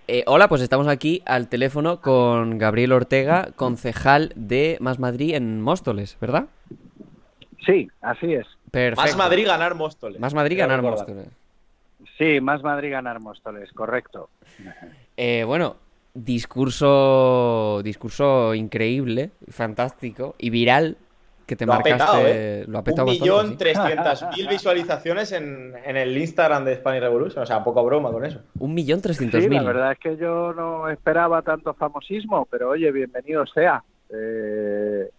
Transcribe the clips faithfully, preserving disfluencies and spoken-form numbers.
Eh, hola, pues estamos aquí al teléfono con Gabriel Ortega, concejal de Más Madrid en Móstoles, ¿verdad? Sí, así es. Más Perfecto. Madrid ganar Móstoles. Más Madrid Quiero ganar recordar. Móstoles. Sí, más Madrid ganar Móstoles, correcto. Eh, bueno, discurso, discurso increíble, fantástico y viral que te Lo ha petado, ¿eh? marcaste. Lo ha Un petado bastante, millón sí. trescientas mil visualizaciones en, en el Instagram de Spanish Revolution. O sea, poca broma con eso. Un millón trescientos Sí, la mil. verdad es que yo no esperaba tanto famosismo, pero oye, bienvenido sea. Eh,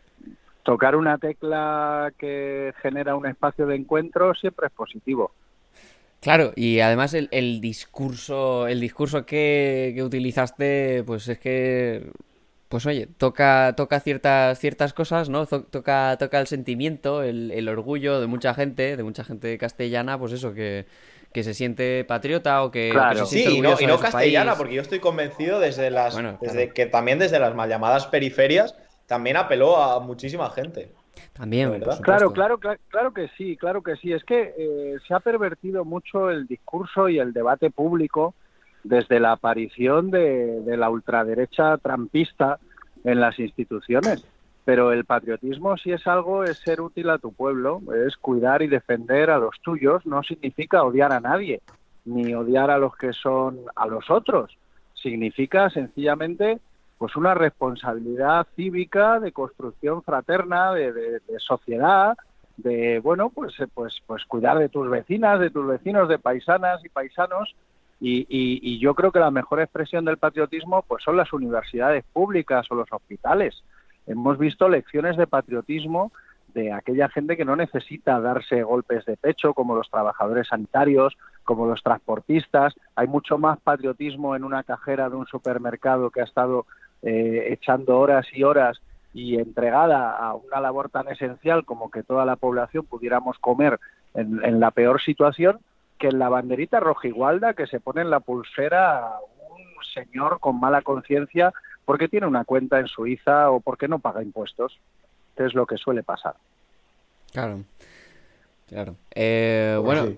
tocar una tecla que genera un espacio de encuentro siempre es positivo. Claro, y además el, el discurso, el discurso que, que utilizaste, pues es que, pues oye, toca, toca ciertas, ciertas cosas, ¿no? Zo- Toca, toca el sentimiento, el, el orgullo de mucha gente, de mucha gente castellana, pues eso, que, que se siente patriota o que, o que se Claro, siente Sí, y no, y orgulloso de no su castellana, país. porque yo estoy convencido desde las, Bueno, claro, desde que también desde las mal llamadas periferias, también apeló a muchísima gente. De también, por verdad. claro, supuesto. claro, claro, claro que sí, claro que sí. Es que eh, se ha pervertido mucho el discurso y el debate público desde la aparición de, de la ultraderecha trampista en las instituciones. Pero el patriotismo, si es algo, es ser útil a tu pueblo, es cuidar y defender a los tuyos. No significa odiar a nadie, ni odiar a los que son a los otros. Significa sencillamente pues una responsabilidad cívica de construcción fraterna, de, de, de sociedad, de bueno, pues pues pues cuidar de tus vecinas, de tus vecinos, de paisanas y paisanos. Y, y, y yo creo que la mejor expresión del patriotismo pues son las universidades públicas o los hospitales. Hemos visto lecciones de patriotismo de aquella gente que no necesita darse golpes de pecho, como los trabajadores sanitarios, como los transportistas. Hay mucho más patriotismo en una cajera de un supermercado que ha estado eh, echando horas y horas y entregada a una labor tan esencial como que toda la población pudiéramos comer en, en la peor situación, que en la banderita rojigualda que se pone en la pulsera a un señor con mala conciencia porque tiene una cuenta en Suiza o porque no paga impuestos, que es lo que suele pasar. Claro, claro. Eh, Pues bueno, sí.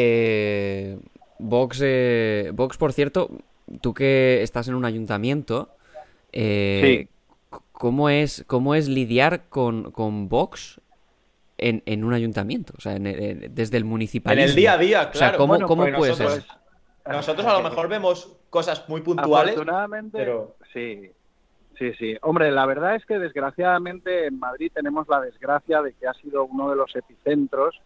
eh, Vox, eh, Vox, por cierto, tú que estás en un ayuntamiento, Sí, eh, c- ¿cómo es, cómo es lidiar con, con Vox en, en un ayuntamiento? O sea, en el- en- desde el En el día municipalismo. a día, O sea, claro. ¿cómo, bueno, cómo Porque pues, puede ser? nosotros, pues nosotros a lo mejor vemos cosas muy puntuales, afortunadamente, pero sí, sí, sí. Hombre, la verdad es que desgraciadamente en Madrid tenemos la desgracia de que ha sido uno de los epicentros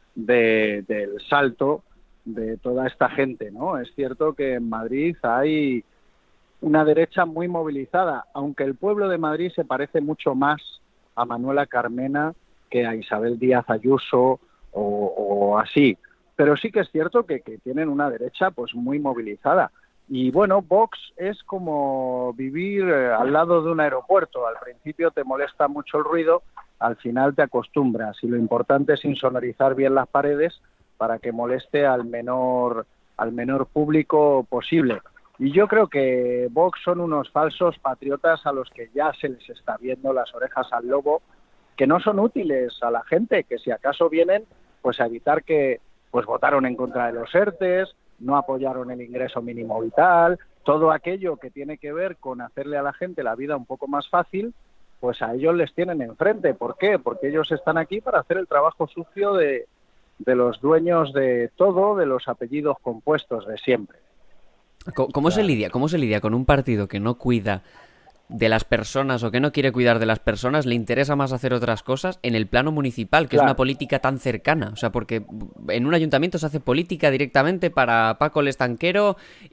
de, del salto de toda esta gente, ¿no? Es cierto que en Madrid hay una derecha muy movilizada, aunque el pueblo de Madrid se parece mucho más a Manuela Carmena que a Isabel Díaz Ayuso o, o así. Pero sí que es cierto que, que tienen una derecha pues muy movilizada. Y bueno, Vox es como vivir eh, al lado de un aeropuerto. Al principio te molesta mucho el ruido, al final te acostumbras. Y lo importante es insonorizar bien las paredes para que moleste al menor, al menor público posible. Y yo creo que Vox son unos falsos patriotas a los que ya se les está viendo las orejas al lobo, que no son útiles a la gente, que si acaso vienen pues a evitar que pues votaron en contra de los ERTES, no apoyaron el ingreso mínimo vital, todo aquello que tiene que ver con hacerle a la gente la vida un poco más fácil, pues a ellos les tienen enfrente. ¿Por qué? Porque ellos están aquí para hacer el trabajo sucio de, de los dueños de todo, de los apellidos compuestos de siempre. Co- ¿Cómo se claro. lidia, cómo se lidia con un partido que no cuida de las personas o que no quiere cuidar de las personas, le interesa más hacer otras cosas en el plano municipal, que es una Claro. política tan cercana? O sea, porque en un ayuntamiento se hace política directamente para Paco el Estanquero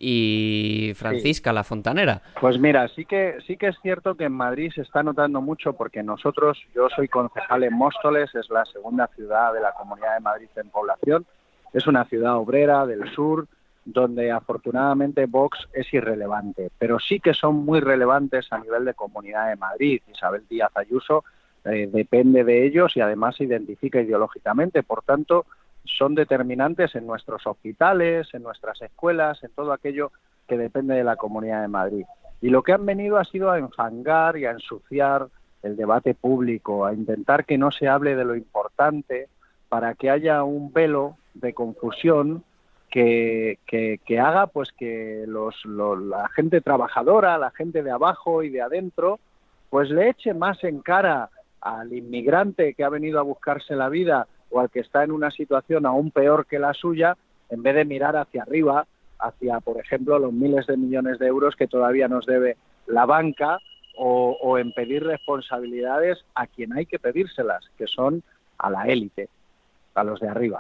y Sí. Francisca la Fontanera. Pues mira, sí que sí que es cierto que en Madrid se está notando mucho porque nosotros, yo soy concejal en Móstoles, es la segunda ciudad de la Comunidad de Madrid en población, es una ciudad obrera del sur donde afortunadamente Vox es irrelevante, pero sí que son muy relevantes a nivel de Comunidad de Madrid. Isabel Díaz Ayuso eh, depende de ellos y además se identifica ideológicamente, por tanto son determinantes en nuestros hospitales, en nuestras escuelas, en todo aquello que depende de la Comunidad de Madrid. Y lo que han venido ha sido a enfangar y a ensuciar el debate público, a intentar que no se hable de lo importante para que haya un velo de confusión que, que, que haga pues que los, los, la gente trabajadora, la gente de abajo y de adentro, pues le eche más en cara al inmigrante que ha venido a buscarse la vida o al que está en una situación aún peor que la suya, en vez de mirar hacia arriba, hacia, por ejemplo, los miles de millones de euros que todavía nos debe la banca, o, o en pedir responsabilidades a quien hay que pedírselas, que son a la élite, a los de arriba.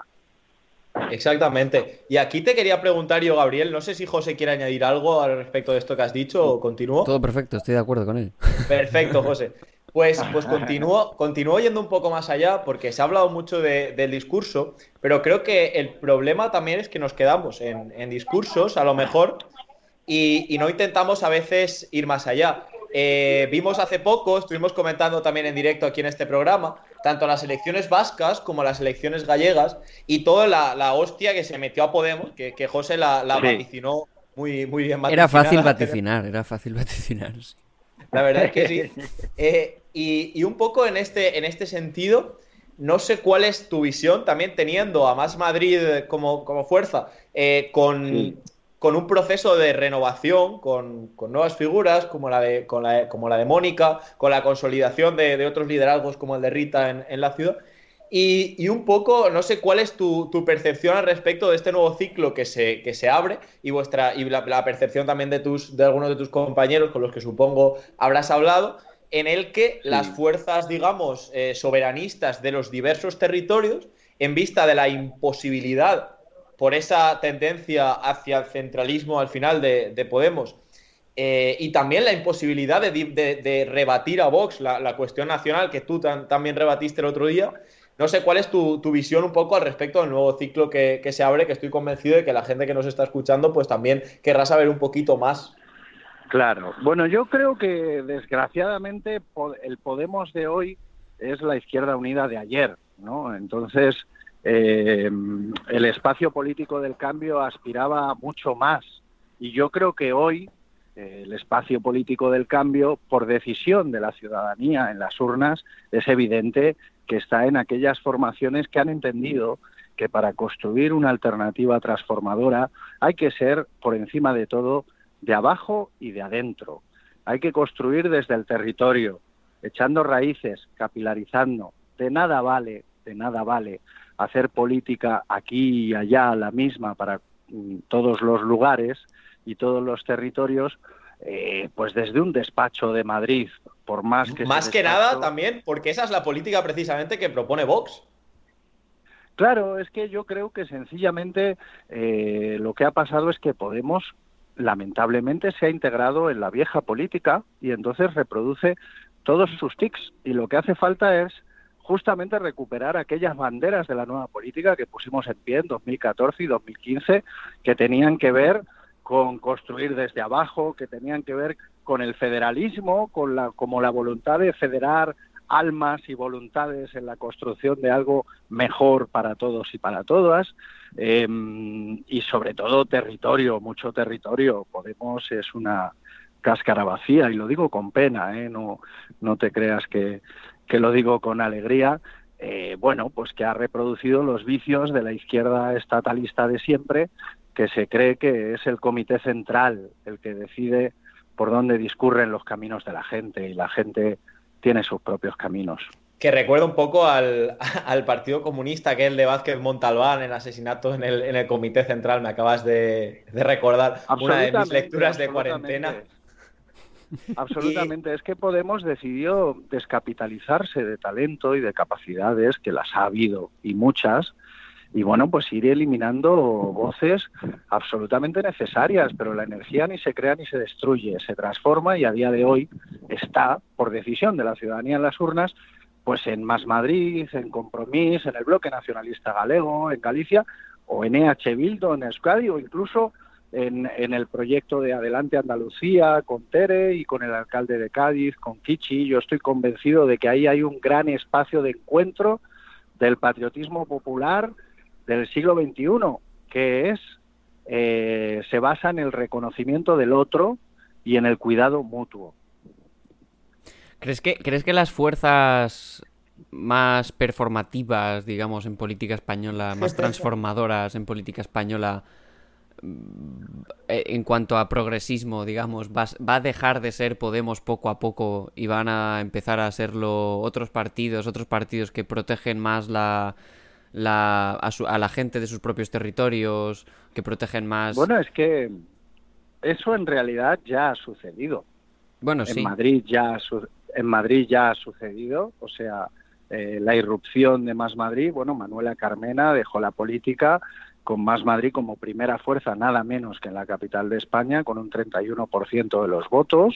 Exactamente. Y aquí te quería preguntar yo, Gabriel, no sé si José quiere añadir algo al respecto de esto que has dicho o continúo. Todo perfecto, estoy de acuerdo con él. Perfecto, José. Pues, pues continúo, continúo yendo un poco más allá porque se ha hablado mucho de, del discurso, pero creo que el problema también es que nos quedamos en, en discursos, a lo mejor, y, y no intentamos a veces ir más allá. Eh, vimos hace poco, estuvimos comentando también en directo aquí en este programa, tanto las elecciones vascas como las elecciones gallegas y toda la, la hostia que se metió a Podemos, que, que José la, la sí. vaticinó muy, muy bien. Era fácil vaticinar, era fácil vaticinar. Sí. La verdad es que sí. Eh, y, y un poco en este, en este sentido, no sé cuál es tu visión, también teniendo a Más Madrid como, como fuerza, eh, con... Sí. con un proceso de renovación, con, con nuevas figuras como la de, con la, como la de Mónica, con la consolidación de, de otros liderazgos como el de Rita en, en la ciudad. Y, y un poco, no sé cuál es tu, tu percepción al respecto de este nuevo ciclo que se, que se abre y vuestra y la, la percepción también de, tus, de algunos de tus compañeros con los que supongo habrás hablado, en el que sí. las fuerzas, digamos, eh, soberanistas de los diversos territorios, en vista de la imposibilidad por esa tendencia hacia el centralismo al final de, de Podemos eh, y también la imposibilidad de, de, de rebatir a Vox la, la cuestión nacional que tú tan, también rebatiste el otro día. No sé cuál es tu, tu visión un poco al respecto del nuevo ciclo que, que se abre, que estoy convencido de que la gente que nos está escuchando pues también querrá saber un poquito más. Claro. Bueno, yo creo que desgraciadamente el Podemos de hoy es la Izquierda Unida de ayer, ¿no? Entonces... Eh, el espacio político del cambio aspiraba mucho más y yo creo que hoy eh, el espacio político del cambio, por decisión de la ciudadanía en las urnas, es evidente que está en aquellas formaciones que han entendido que para construir una alternativa transformadora hay que ser, por encima de todo, de abajo y de adentro. Hay que construir desde el territorio, echando raíces, capilarizando. De nada vale, de nada vale hacer política aquí y allá la misma para mm, todos los lugares y todos los territorios, eh, pues desde un despacho de Madrid, por más que... Más que despacho... nada también, porque esa es la política precisamente que propone Vox. Claro, es que yo creo que sencillamente eh, lo que ha pasado es que Podemos, lamentablemente, se ha integrado en la vieja política y entonces reproduce todos sus tics. Y lo que hace falta es justamente recuperar aquellas banderas de la nueva política que pusimos en pie en dos mil catorce y dos mil quince, que tenían que ver con construir desde abajo, que tenían que ver con el federalismo, con la, como la voluntad de federar almas y voluntades en la construcción de algo mejor para todos y para todas, eh, y sobre todo territorio, mucho territorio. Podemos es una cáscara vacía, y lo digo con pena, ¿eh? no, no te creas que que lo digo con alegría, eh, bueno, pues que ha reproducido los vicios de la izquierda estatalista de siempre, que se cree que es el comité central el que decide por dónde discurren los caminos de la gente, y la gente tiene sus propios caminos. Que recuerda un poco al, al Partido Comunista, aquel de Vázquez Montalbán, en asesinato en el, en el comité central, me acabas de, de recordar una de mis lecturas de cuarentena. Absolutamente, y... es que Podemos decidió descapitalizarse de talento y de capacidades, que las ha habido y muchas, y bueno, pues ir eliminando voces absolutamente necesarias, pero la energía ni se crea ni se destruye, se transforma, y a día de hoy está, por decisión de la ciudadanía en las urnas, pues en Más Madrid, en Compromís, en el Bloque Nacionalista Galego, en Galicia, o en E H Bildu, en Euskadi, o incluso En, en el proyecto de Adelante Andalucía, con Tere y con el alcalde de Cádiz, con Kichi. Yo estoy convencido de que ahí hay un gran espacio de encuentro del patriotismo popular del siglo veintiuno, que es eh, se basa en el reconocimiento del otro y en el cuidado mutuo. ¿Crees que, ¿crees que las fuerzas más performativas, digamos, en política española, más transformadoras en política española, en cuanto a progresismo, digamos, va, va a dejar de ser Podemos poco a poco y van a empezar a serlo otros partidos, otros partidos que protegen más la, la a, su, a la gente de sus propios territorios, que protegen más... Bueno, es que eso en realidad ya ha sucedido. Bueno, en sí. Madrid ya su, en Madrid ya ha sucedido, o sea, eh, la irrupción de Más Madrid. Bueno, Manuela Carmena dejó la política con Más Madrid como primera fuerza, nada menos que en la capital de España, con un treinta y uno por ciento de los votos.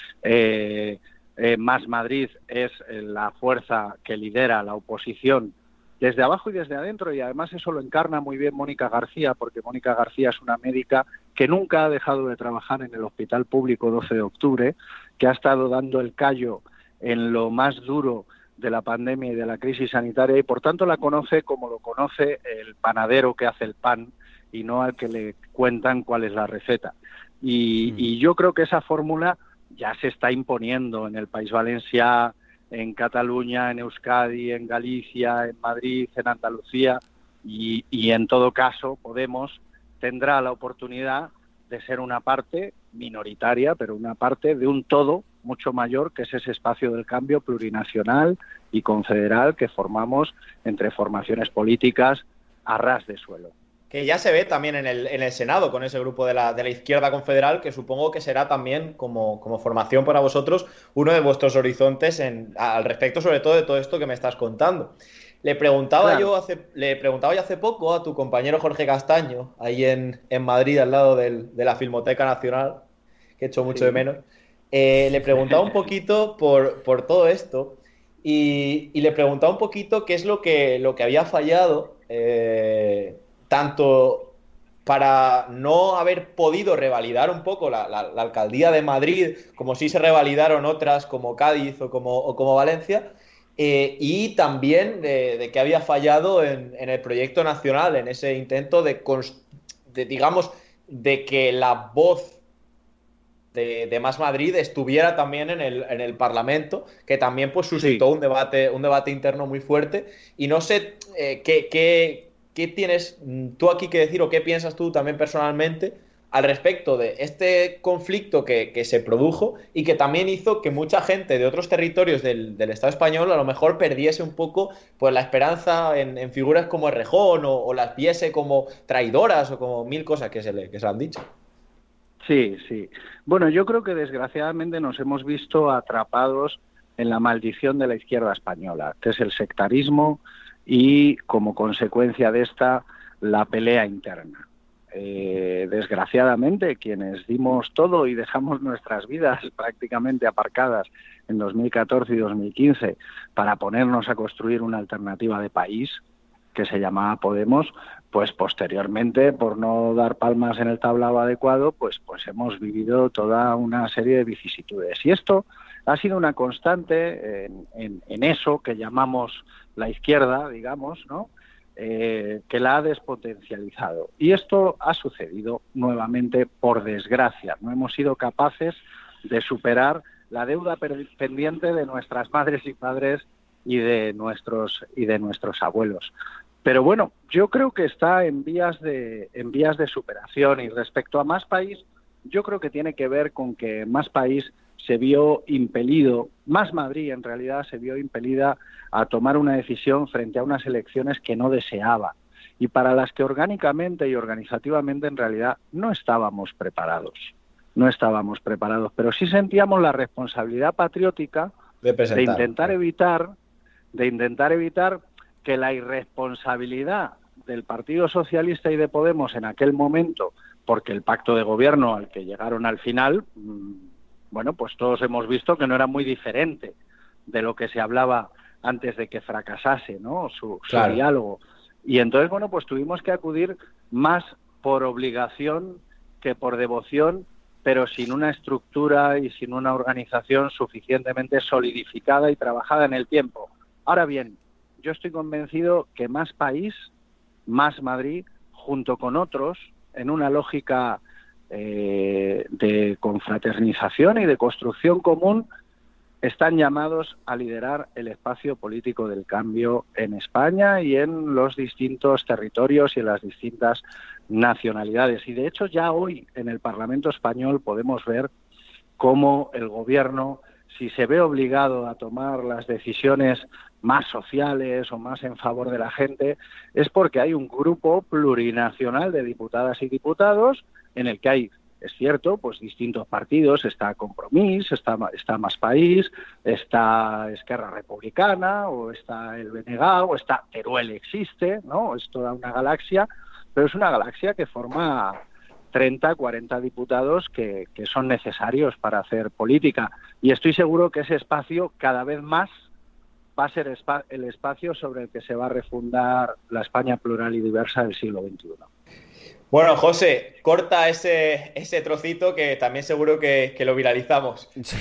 Eh, eh, Más Madrid es la fuerza que lidera la oposición desde abajo y desde adentro, y además eso lo encarna muy bien Mónica García, porque Mónica García es una médica que nunca ha dejado de trabajar en el Hospital Público doce de octubre, que ha estado dando el callo en lo más duro de la pandemia y de la crisis sanitaria, y por tanto la conoce como lo conoce el panadero que hace el pan y no al que le cuentan cuál es la receta. Y, mm. y yo creo que esa fórmula ya se está imponiendo en el País Valencià, en Cataluña, en Euskadi, en Galicia, en Madrid, en Andalucía, y, y en todo caso Podemos tendrá la oportunidad de ser una parte minoritaria, pero una parte de un todo mucho mayor, que es ese espacio del cambio plurinacional y confederal que formamos entre formaciones políticas a ras de suelo. Que ya se ve también en el, en el Senado, con ese grupo de la, de la izquierda confederal, que supongo que será también, como, como formación para vosotros, uno de vuestros horizontes en, al respecto, sobre todo, de todo esto que me estás contando. Le preguntaba, claro. yo hace, le preguntaba yo hace poco a tu compañero Jorge Castaño, ahí en, en Madrid, al lado del, de la Filmoteca Nacional, que he hecho mucho sí. de menos, eh, le preguntaba un poquito por, por todo esto y, y le preguntaba un poquito qué es lo que, lo que había fallado, eh, tanto para no haber podido revalidar un poco la, la, la alcaldía de Madrid, como sí se revalidaron otras como Cádiz o como, o como Valencia, eh, y también de, de que había fallado en, en el proyecto nacional, en ese intento de, de digamos, de que la voz de, de Más Madrid estuviera también en el, en el Parlamento, que también pues suscitó sí. un debate, un debate interno muy fuerte. Y no sé eh, qué, qué, qué tienes tú aquí que decir o qué piensas tú también personalmente al respecto de este conflicto que, que se produjo y que también hizo que mucha gente de otros territorios del, del Estado español a lo mejor perdiese un poco pues la esperanza en, en figuras como Errejón o, o las viese como traidoras o como mil cosas que se le, que se le han dicho. Sí, sí. Bueno, yo creo que desgraciadamente nos hemos visto atrapados en la maldición de la izquierda española, que es el sectarismo y, como consecuencia de esta, la pelea interna. Eh, desgraciadamente, quienes dimos todo y dejamos nuestras vidas prácticamente aparcadas en dos mil catorce y dos mil quince para ponernos a construir una alternativa de país que se llamaba Podemos, pues posteriormente, por no dar palmas en el tablao adecuado, pues, pues hemos vivido toda una serie de vicisitudes. Y esto ha sido una constante en, en, en eso que llamamos la izquierda, digamos, ¿no? Eh, que la ha despotencializado. Y esto ha sucedido nuevamente, por desgracia. No hemos sido capaces de superar la deuda pendiente de nuestras madres y padres y de nuestros y de nuestros abuelos. Pero bueno, yo creo que está en vías de en vías de superación. Y respecto a Más País, yo creo que tiene que ver con que Más País se vio impelido, Más Madrid en realidad se vio impelida a tomar una decisión frente a unas elecciones que no deseaba y para las que orgánicamente y organizativamente en realidad no estábamos preparados. No estábamos preparados, pero sí sentíamos la responsabilidad patriótica de, de intentar evitar, de intentar evitar que la irresponsabilidad del Partido Socialista y de Podemos en aquel momento, porque el pacto de gobierno al que llegaron al final, bueno, pues todos hemos visto que no era muy diferente de lo que se hablaba antes de que fracasase, ¿no? Su, su claro. diálogo. Y entonces, bueno, pues tuvimos que acudir más por obligación que por devoción, pero sin una estructura y sin una organización suficientemente solidificada y trabajada en el tiempo. Ahora bien, yo estoy convencido que Más País, Más Madrid, junto con otros, en una lógica eh, de confraternización y de construcción común, están llamados a liderar el espacio político del cambio en España y en los distintos territorios y en las distintas nacionalidades. Y de hecho ya hoy en el Parlamento español podemos ver cómo el gobierno, si se ve obligado a tomar las decisiones más sociales o más en favor de la gente, es porque hay un grupo plurinacional de diputadas y diputados en el que hay, es cierto, pues distintos partidos. Está Compromís, está, está Más País, está Esquerra Republicana, o está el B N G, o está Teruel existe, ¿no? Es toda una galaxia, pero es una galaxia que forma treinta, cuarenta diputados que, que son necesarios para hacer política. Y estoy seguro que ese espacio cada vez más va a ser espa- el espacio sobre el que se va a refundar la España plural y diversa del siglo veintiuno. Bueno, José, corta ese, ese trocito que también seguro que, que lo viralizamos. Sí.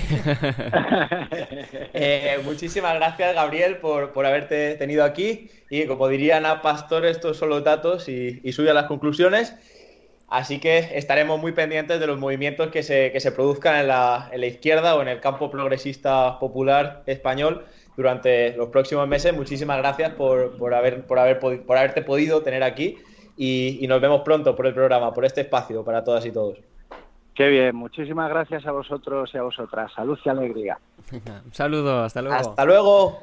eh, muchísimas gracias, Gabriel, por, por haberte tenido aquí. Y como diría Ana Pastor, estos son los datos y, y suyas las conclusiones. Así que estaremos muy pendientes de los movimientos que se, que se produzcan en la, en la izquierda o en el campo progresista popular español durante los próximos meses. Muchísimas gracias por, por, haber, por, haber, por haberte podido tener aquí. Y, y nos vemos pronto por el programa, por este espacio para todas y todos. Qué bien, muchísimas gracias a vosotros y a vosotras. Salud y alegría. Un saludo, hasta luego. Hasta luego.